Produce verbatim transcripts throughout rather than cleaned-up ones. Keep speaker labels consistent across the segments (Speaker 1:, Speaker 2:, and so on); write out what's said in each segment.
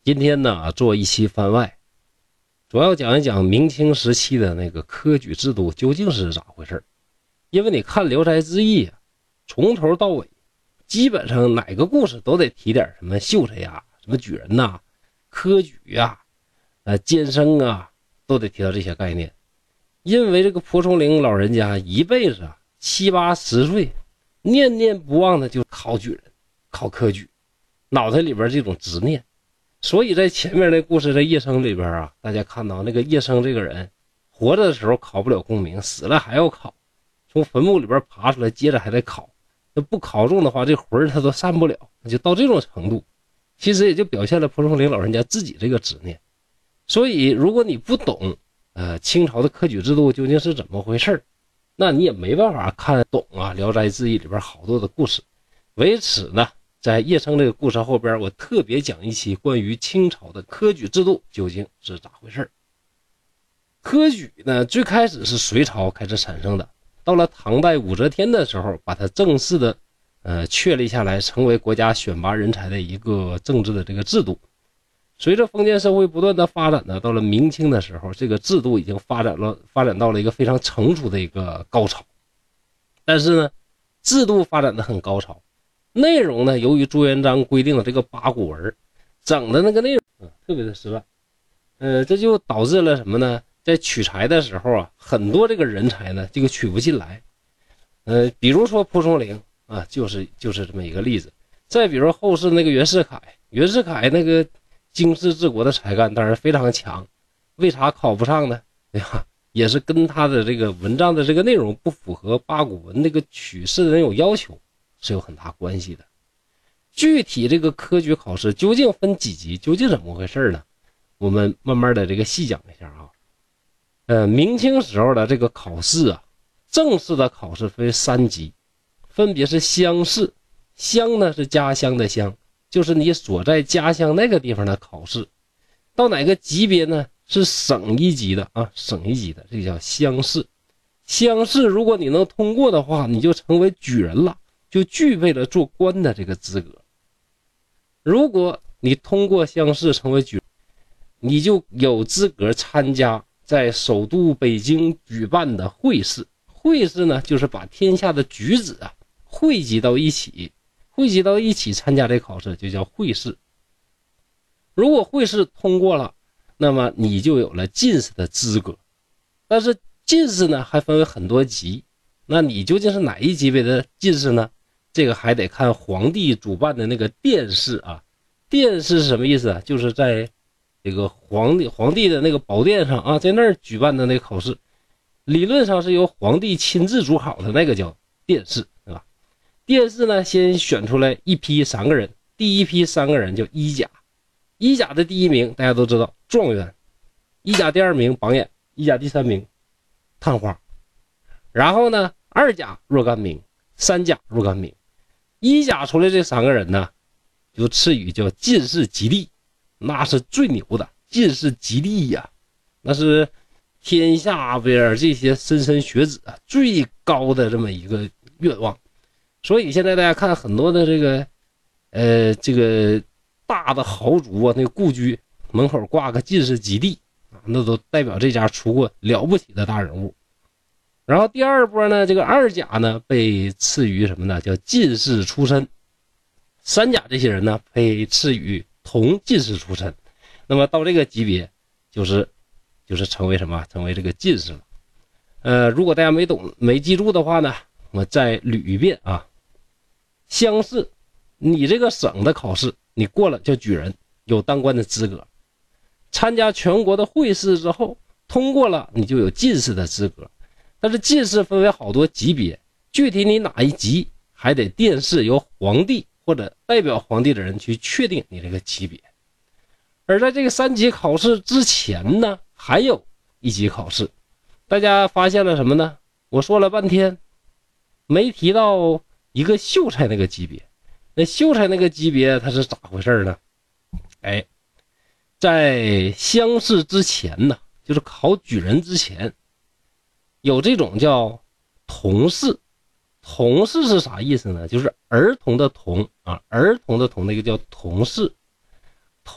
Speaker 1: 今天呢做一期番外，主要讲一讲明清时期的那个科举制度究竟是咋回事。因为你看《聊斋志异》啊，从头到尾基本上哪个故事都得提点什么秀才呀、什么举人呐、啊、科举呀、呃监生啊，都得提到这些概念。因为这个蒲松龄老人家一辈子啊七八十岁，念念不忘的就考举人、考科举，脑袋里边这种执念。所以在前面那故事在叶生里边啊，大家看到那个叶生这个人活着的时候考不了功名，死了还要考，从坟墓里边爬出来接着还得考，那不考中的话这魂他都散不了，那就到这种程度。其实也就表现了蒲松龄老人家自己这个执念。所以如果你不懂呃清朝的科举制度究竟是怎么回事，那你也没办法看懂啊《聊斋志异》里边好多的故事。为此呢，在叶生这个故事后边，我特别讲一期关于清朝的科举制度究竟是咋回事。科举呢，最开始是隋朝开始产生的，到了唐代武则天的时候，把它正式的呃确立下来，成为国家选拔人才的一个政治的这个制度。随着封建社会不断的发展呢，到了明清的时候，这个制度已经发展了发展到了一个非常成熟的一个高潮。但是呢，制度发展的很高潮，内容呢，由于朱元璋规定的这个八股文，整的那个内容、嗯、特别的失败。呃，这就导致了什么呢？在取材的时候啊，很多这个人才呢，这个取不进来。呃，比如说蒲松龄啊，就是就是这么一个例子。再比如后世那个袁世凯，袁世凯那个经世治国的才干当然非常强，为啥考不上呢？对吧？也是跟他的这个文章的这个内容不符合八股文那个取士的那种要求是有很大关系的。具体这个科举考试究竟分几级，究竟怎么回事呢？我们慢慢的这个细讲一下啊。呃，明清时候的这个考试啊，正式的考试分三级，分别是乡试，乡呢是家乡的乡，就是你所在家乡那个地方的考试。到哪个级别呢？是省一级的啊，省一级的，这叫乡试。乡试如果你能通过的话，你就成为举人了，就具备了做官的这个资格。如果你通过乡试成为举人，你就有资格参加在首都北京举办的会试。会试呢，就是把天下的举子啊汇集到一起，汇集到一起参加这考试，就叫会试。如果会试通过了，那么你就有了进士的资格。但是进士呢还分为很多级，那你究竟是哪一级别的进士呢？这个还得看皇帝主办的那个殿试啊。殿试是什么意思啊？就是在这个皇帝皇帝的那个宝殿上啊，在那儿举办的那个考试，理论上是由皇帝亲自主考的，那个叫殿试，对吧？殿试呢，先选出来一批三个人，第一批三个人叫一甲。一甲的第一名大家都知道状元，一甲第二名榜眼，一甲第三名探花。然后呢，二甲若干名，三甲若干名。一甲出来这三个人呢，就赐予叫进士及第，那是最牛的，进士及第呀，那是天下边这些莘莘学子啊最高的这么一个愿望。所以现在大家看很多的这个呃这个大的豪族啊，那个故居门口挂个进士及第啊，那都代表这家出过了不起的大人物。然后第二波呢，这个二甲呢被赐予什么呢？叫进士出身。三甲这些人呢被赐予同进士出身。那么到这个级别就是就是成为什么？成为这个进士了。呃，如果大家没懂没记住的话呢，我再捋一遍啊。乡试，你这个省的考试你过了叫举人，有当官的资格。参加全国的会试之后通过了，你就有进士的资格。但是进士分为好多级别，具体你哪一级还得殿试，由皇帝或者代表皇帝的人去确定你这个级别。而在这个三级考试之前呢，还有一级考试。大家发现了什么呢？我说了半天没提到一个秀才那个级别。那秀才那个级别它是咋回事呢？哎，在乡试之前呢，就是考举人之前，有这种叫童试。童试是啥意思呢？就是儿童的童啊，儿童的童，那个叫童试。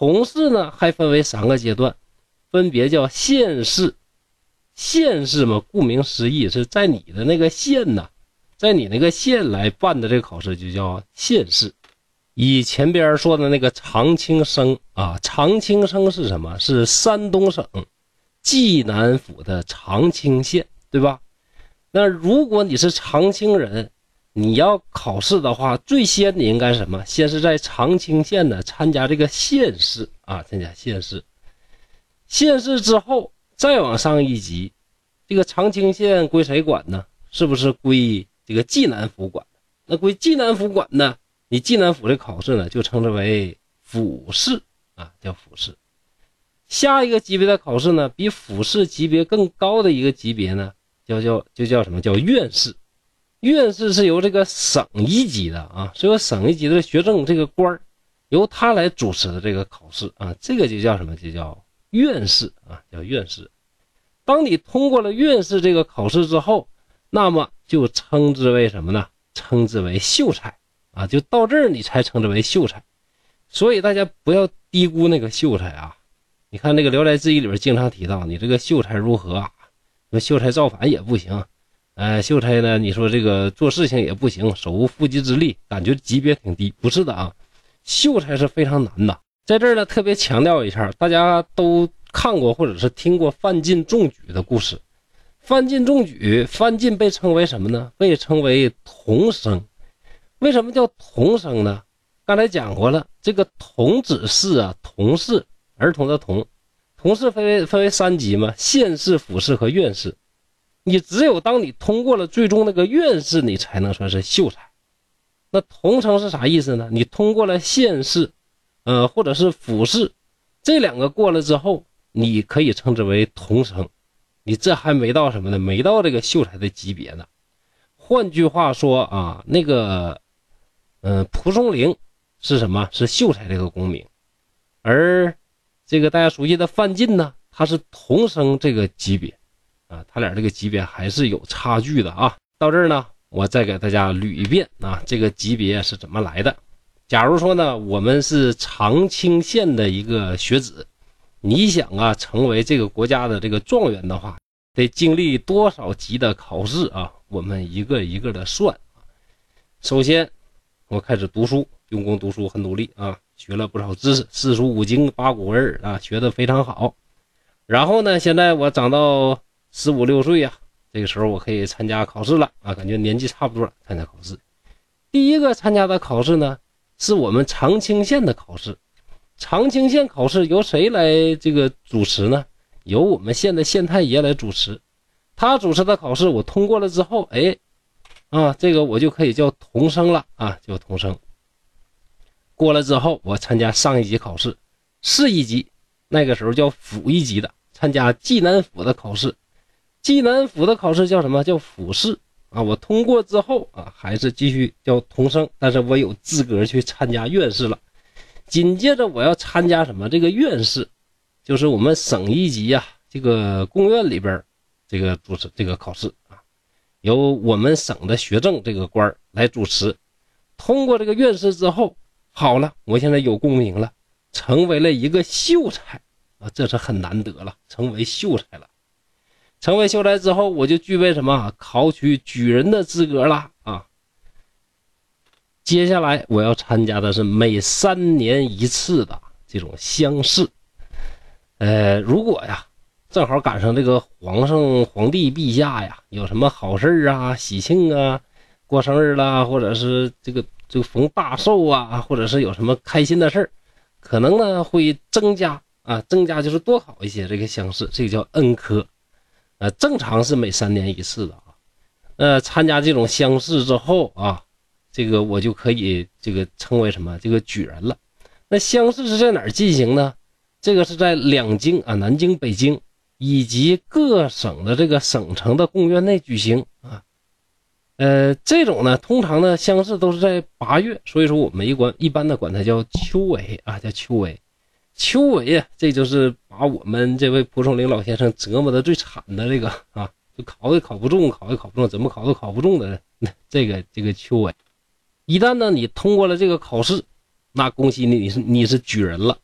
Speaker 1: 统试呢还分为三个阶段，分别叫县试。县试嘛，顾名思义是在你的那个县呢，在你那个县来办的这个考试就叫县试。以前边说的那个长青生啊，长青生是什么？是山东省济南府的长青县，对吧？那如果你是长青人，你要考试的话，最先你应该什么？先是在长青县呢参加这个县试啊，参加县试。县试之后再往上一级，这个长青县归谁管呢？是不是归这个济南府管？那归济南府管呢，你济南府的考试呢就称之为府试啊，叫府试。下一个级别的考试呢，比府试级别更高的一个级别呢，叫叫就叫什么？叫院试。院试是由这个省一级的啊，是由省一级的学政这个官由他来主持的这个考试啊，这个就叫什么？就叫院试啊，叫院试。当你通过了院试这个考试之后，那么就称之为什么呢？称之为秀才啊，就到这儿你才称之为秀才。所以大家不要低估那个秀才啊。你看那个《聊斋志异》里边经常提到，你这个秀才如何啊？说秀才造反也不行，呃，秀才呢，你说这个做事情也不行，手无缚鸡之力，感觉级别挺低。不是的啊，秀才是非常难的。在这儿呢，特别强调一下，大家都看过或者是听过范进中举的故事。范进中举，范进被称为什么呢？被称为童生。为什么叫童生呢？刚才讲过了，这个童子试啊，童试，儿童的童，童试分为分为三级嘛，县试、府试和院试。你只有当你通过了最终那个院试，你才能算是秀才。那童生是啥意思呢？你通过了县试，呃，或者是府试，这两个过了之后，你可以称之为童生。你这还没到什么呢？没到这个秀才的级别呢。换句话说啊，那个，呃，蒲松龄是什么？是秀才这个功名，而这个大家熟悉的范进呢，他是童生这个级别啊，他俩这个级别还是有差距的啊。到这儿呢，我再给大家捋一遍啊，这个级别是怎么来的。假如说呢，我们是长青县的一个学子，你想啊成为这个国家的这个状元的话，得经历多少级的考试啊？我们一个一个的算。首先我开始读书，用功读书，很努力啊，学了不少知识，四书五经八股文啊，学得非常好。然后呢，现在我长到十五六岁啊，这个时候我可以参加考试了啊，感觉年纪差不多了，参加考试。第一个参加的考试呢，是我们长青县的考试。长青县考试由谁来这个主持呢？由我们县的县太爷来主持。他主持的考试我通过了之后，哎啊，这个我就可以叫童生了啊，叫童生。过了之后，我参加上一级考试，市一级，那个时候叫府一级的，参加济南府的考试。济南府的考试叫什么？叫府试啊。我通过之后啊，还是继续叫童生，但是我有资格去参加院试了。紧接着我要参加什么？这个院试，就是我们省一级啊，这个公院里边这个主持这个考试啊，由我们省的学政这个官来主持。通过这个院试之后，好了，我现在有功名了，成为了一个秀才啊，这是很难得了，成为秀才了。成为秀才之后，我就具备什么？考取举人的资格了啊。接下来我要参加的是每三年一次的这种乡试。呃，如果呀正好赶上这个皇上皇帝陛下呀有什么好事啊，喜庆啊，过生日啦，或者是这个这个逢大寿啊，或者是有什么开心的事儿，可能呢会增加啊，增加就是多考一些这个乡试，这个叫恩科。呃，正常是每三年一次的啊。呃，参加这种乡试之后啊，这个我就可以这个称为什么？这个举人了。那乡试是在哪儿进行呢？这个是在两京啊，南京、北京以及各省的这个省城的公园内举行啊。呃，这种呢，通常呢乡试都是在八月，所以说我们一管一般的管它叫秋闱啊，叫秋闱。秋闱啊，这就是把我们这位蒲松龄老先生折磨的最惨的这个啊，就考也考不中，考也考不中，怎么考都考不中的这个这个秋闱。一旦呢你通过了这个考试，那恭喜你，你是你是举人了。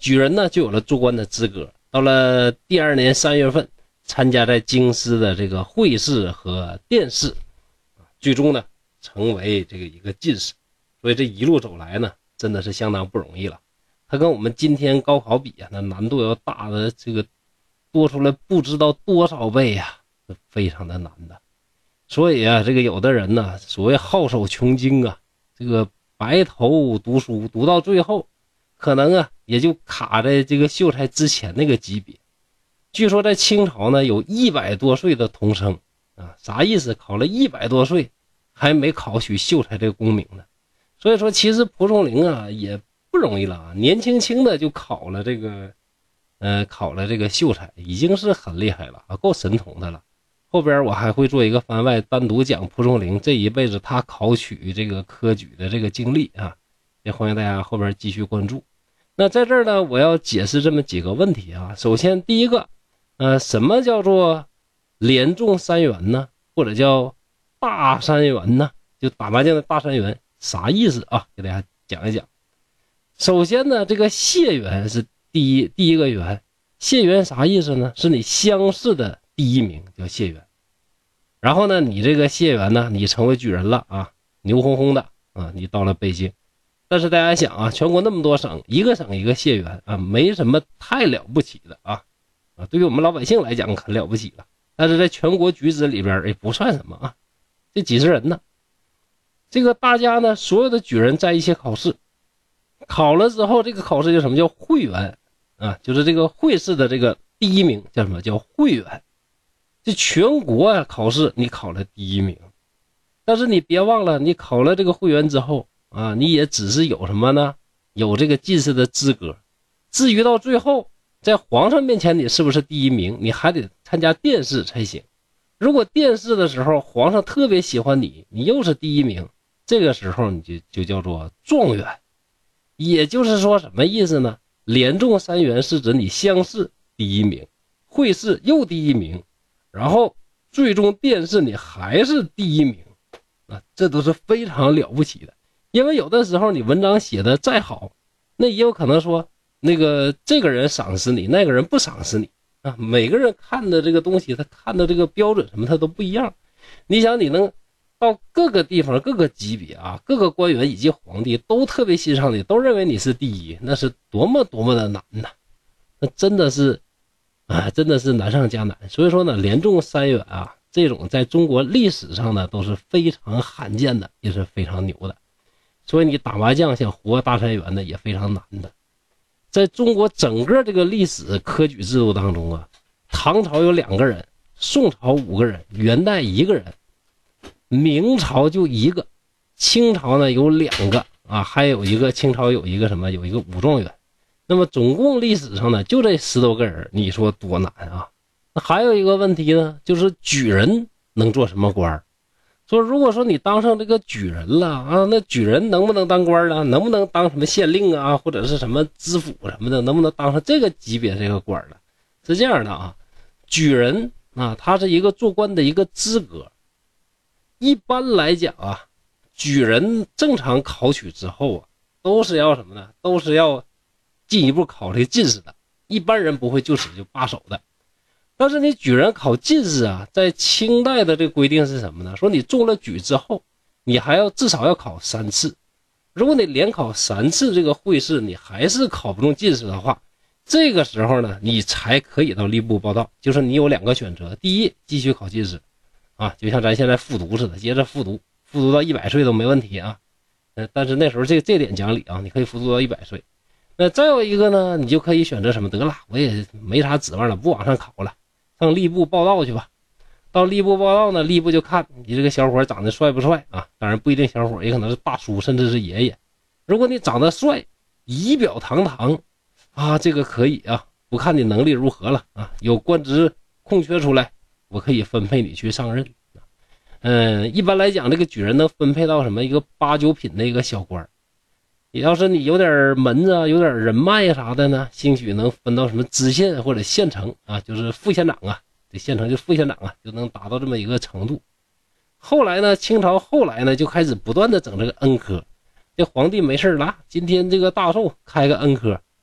Speaker 1: 举人呢就有了做官的资格。到了第二年三月份，参加在京师的这个会试和殿试，最终呢成为这个一个进士。所以这一路走来呢，真的是相当不容易了。他跟我们今天高考比啊，那难度要大的这个多出来不知道多少倍啊，非常的难的。所以啊，这个有的人呢，所谓好手穷经啊，这个白头读书读到最后，可能啊也就卡在这个秀才之前那个级别。据说在清朝呢，有一百多岁的童生啊，啥意思？考了一百多岁还没考取秀才这个功名呢。所以说，其实蒲松龄啊也不容易了啊，年轻轻的就考了这个，呃，考了这个秀才，已经是很厉害了啊，够神童的了。后边我还会做一个番外，单独讲蒲松龄这一辈子他考取这个科举的这个经历啊，也欢迎大家后边继续关注。那在这儿呢，我要解释这么几个问题啊。首先，第一个，呃，什么叫做连中三元呢？或者叫大三元呢？就打麻将的大三元。啥意思啊？给大家讲一讲。首先呢，这个解元是第一第一个元，解元啥意思呢？是你乡试的第一名叫解元。然后呢，你这个解元呢，你成为举人了啊，牛哄哄的啊，你到了北京。但是大家想啊，全国那么多省，一个省一个解元啊，没什么太了不起的啊啊，对于我们老百姓来讲很了不起了，但是在全国举子里边也不算什么啊，这几十人呢。这个大家呢，所有的举人在一起考试，考了之后，这个考试叫什么？叫会员啊，就是这个会试的这个第一名叫什么？叫会员。这全国啊考试你考了第一名，但是你别忘了，你考了这个会员之后啊，你也只是有什么呢？有这个进士的资格。至于到最后，在皇上面前你是不是第一名，你还得参加殿试才行。如果殿试的时候皇上特别喜欢你，你又是第一名，这个时候你就就叫做状元。也就是说什么意思呢？连中三元是指你乡试第一名，会试又第一名，然后最终殿试你还是第一名啊，这都是非常了不起的。因为有的时候你文章写的再好，那也有可能说那个这个人赏识你，那个人不赏识你啊，每个人看的这个东西，他看的这个标准什么他都不一样。你想你能到各个地方各个级别啊，各个官员以及皇帝都特别欣赏你，都认为你是第一，那是多么多么的难呐、啊！那真的是啊，真的是难上加难。所以说呢，连中三元啊，这种在中国历史上呢都是非常罕见的，也是非常牛的。所以你打麻将想活大三元呢也非常难的。在中国整个这个历史科举制度当中啊，唐朝有两个人，宋朝五个人，元代一个人，明朝就一个，清朝呢有两个啊，还有一个清朝有一个什么，有一个武状元。那么总共历史上呢就这十多个人，你说多难啊？那还有一个问题呢，就是举人能做什么官？说如果说你当上这个举人了啊，那举人能不能当官了？能不能当什么县令啊，或者是什么知府什么的？能不能当上这个级别这个官了？是这样的啊，举人啊，他是一个做官的一个资格。一般来讲啊，举人正常考取之后啊，都是要什么呢？都是要进一步考虑进士的，一般人不会就此就罢手的。但是你举人考进士啊，在清代的这个规定是什么呢？说你中了举之后，你还要至少要考三次。如果你连考三次这个会试，你还是考不中进士的话，这个时候呢，你才可以到吏部报到。就是你有两个选择，第一，继续考进士啊，就像咱现在复读似的，接着复读，复读到一百岁都没问题啊。呃，但是那时候这这点讲理啊，你可以复读到一百岁。那再有一个呢，你就可以选择什么？得了，我也没啥指望了，不往上考了，上吏部报到去吧。到吏部报到呢，吏部就看你这个小伙长得帅不帅啊？当然不一定小伙，也可能是大叔，甚至是爷爷。如果你长得帅，仪表堂堂啊，这个可以啊，不看你能力如何了啊，有官职空缺出来，我可以分配你去上任。嗯，一般来讲，这个举人能分配到什么一个八九品的一个小官。也要是你有点门子啊，有点人脉啥的呢，兴许能分到什么知县或者县城啊，就是副县长啊，这县城就副县长啊，就能达到这么一个程度。后来呢，清朝后来呢就开始不断的整这个恩科，这皇帝没事了，今天这个大寿开个恩科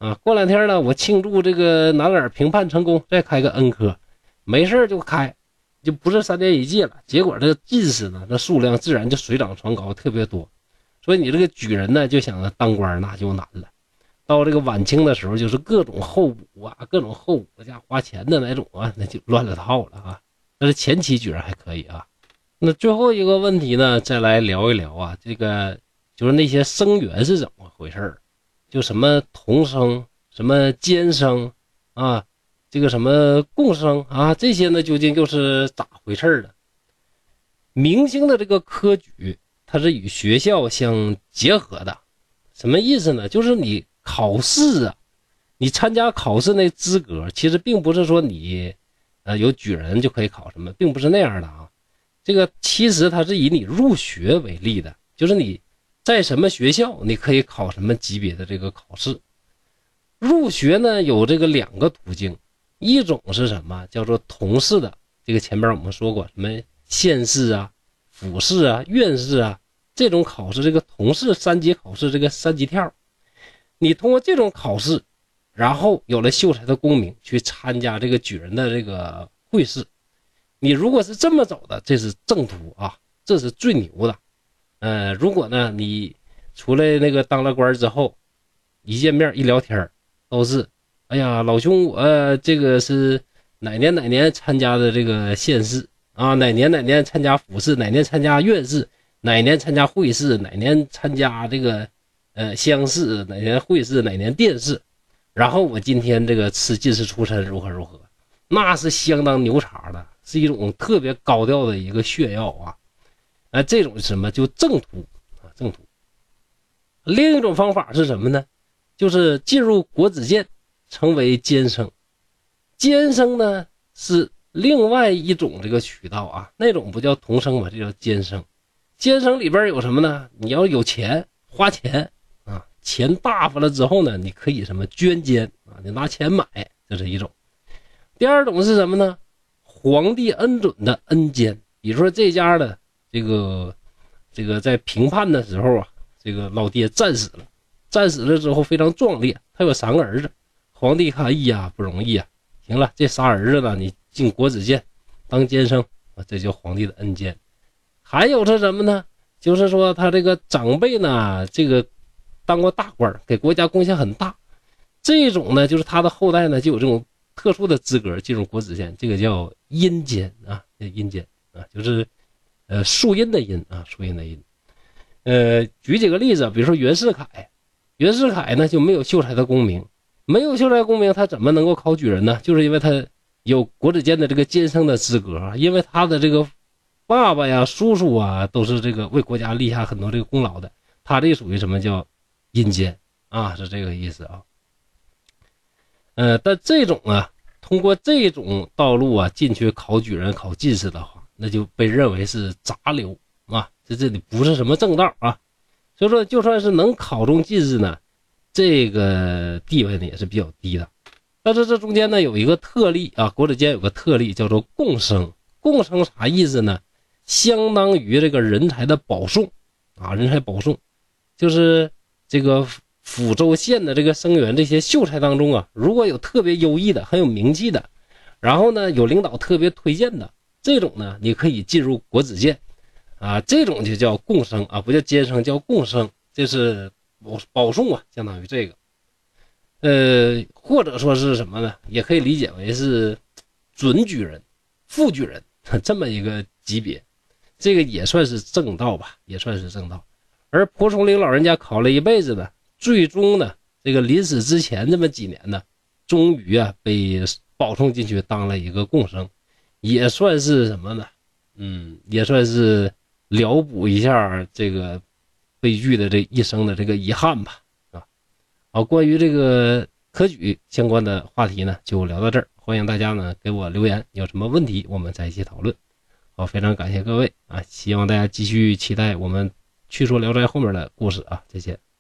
Speaker 1: 啊，过两天呢，我庆祝这个南耳评判成功，再开个 N 科，没事就开，就不是三年一届了。结果这个进士呢，那数量自然就水涨船高，特别多。所以你这个举人呢，就想当官那就难了。到这个晚清的时候，就是各种候补啊，各种候补加花钱的那种啊，那就乱了套了啊。但是前期举人还可以啊。那最后一个问题呢，再来聊一聊啊，这个就是那些生源是怎么回事，就什么同生、什么监生啊，这个什么共生啊，这些呢究竟又是咋回事的？明清的这个科举，它是与学校相结合的，什么意思呢？就是你考试啊，你参加考试那资格，其实并不是说你呃有举人就可以考什么，并不是那样的啊。这个其实它是以你入学为例的，就是你在什么学校你可以考什么级别的这个考试。入学呢有这个两个途径，一种是什么叫做同试的，这个前边我们说过，什么县试啊、府试啊、院试啊，这种考试，这个同试三级考试，这个三级跳，你通过这种考试，然后有了秀才的功名，去参加这个举人的这个会试。你如果是这么走的，这是正途啊，这是最牛的。呃，如果呢你出来那个当了官之后，一见面一聊天都是，哎呀老兄，我、呃、这个是哪年哪年参加的这个县试啊，哪年哪年参加府试，哪年参加院试，哪年参加会试，哪年参加这个呃乡试，哪年会试，哪年殿试，然后我今天这个吃进士出身如何如何，那是相当牛叉的，是一种特别高调的一个炫耀啊！哎、呃，这种什么就正途啊，正途。另一种方法是什么呢？就是进入国子监，成为监生。监生呢是另外一种这个渠道啊，那种不叫同生嘛，这叫监生。监生里边有什么呢？你要有钱，花钱啊，钱大发了之后呢，你可以什么捐监啊，你拿钱买，这是一种。第二种是什么呢？皇帝恩准的恩监，比如说这家的这个这个在评判的时候啊，这个老爹战死了，战死了之后非常壮烈，他有三个儿子，皇帝看，哎呀不容易啊，行了，这仨儿子呢，你进国子监当监生啊，这叫皇帝的恩监。还有是什么呢？就是说他这个长辈呢，这个当过大官，给国家贡献很大，这种呢，就是他的后代呢就有这种特殊的资格进入国子监，这个叫荫监啊，荫监啊，就是呃树荫的荫啊，树荫的荫。呃，举几个例子，比如说袁世凯，袁世凯呢就没有秀才的功名，没有秀才功名，他怎么能够考举人呢？就是因为他有国子监的这个监生的资格，因为他的这个爸爸呀、叔叔啊，都是这个为国家立下很多这个功劳的，他这属于什么叫荫监啊，是这个意思啊。呃，但这种啊，通过这种道路啊进去考举人、考进士的话，那就被认为是杂流啊，这这里不是什么正道啊。所以说，就算是能考中进士呢，这个地位呢也是比较低的。但是这中间呢有一个特例啊，国子监有个特例叫做贡生。贡生啥意思呢？相当于这个人才的保送啊，人才保送，就是这个抚州县的这个生源这些秀才当中啊，如果有特别优异的、很有名气的，然后呢有领导特别推荐的，这种呢你可以进入国子监啊，这种就叫贡生啊，不叫监生，叫贡生，这是保保送啊，相当于这个。呃，或者说是什么呢？也可以理解为是准举人、副举人这么一个级别，这个也算是正道吧，也算是正道。而蒲松龄老人家考了一辈子呢，最终呢，这个临死之前这么几年呢，终于啊被保送进去当了一个贡生，也算是什么呢？嗯，也算是疗补一下这个悲剧的这一生的这个遗憾吧。啊，好，关于这个科举相关的话题呢，就聊到这儿。欢迎大家呢给我留言，有什么问题我们再一起讨论。好，非常感谢各位啊，希望大家继续期待我们去说聊斋后面的故事啊，谢谢。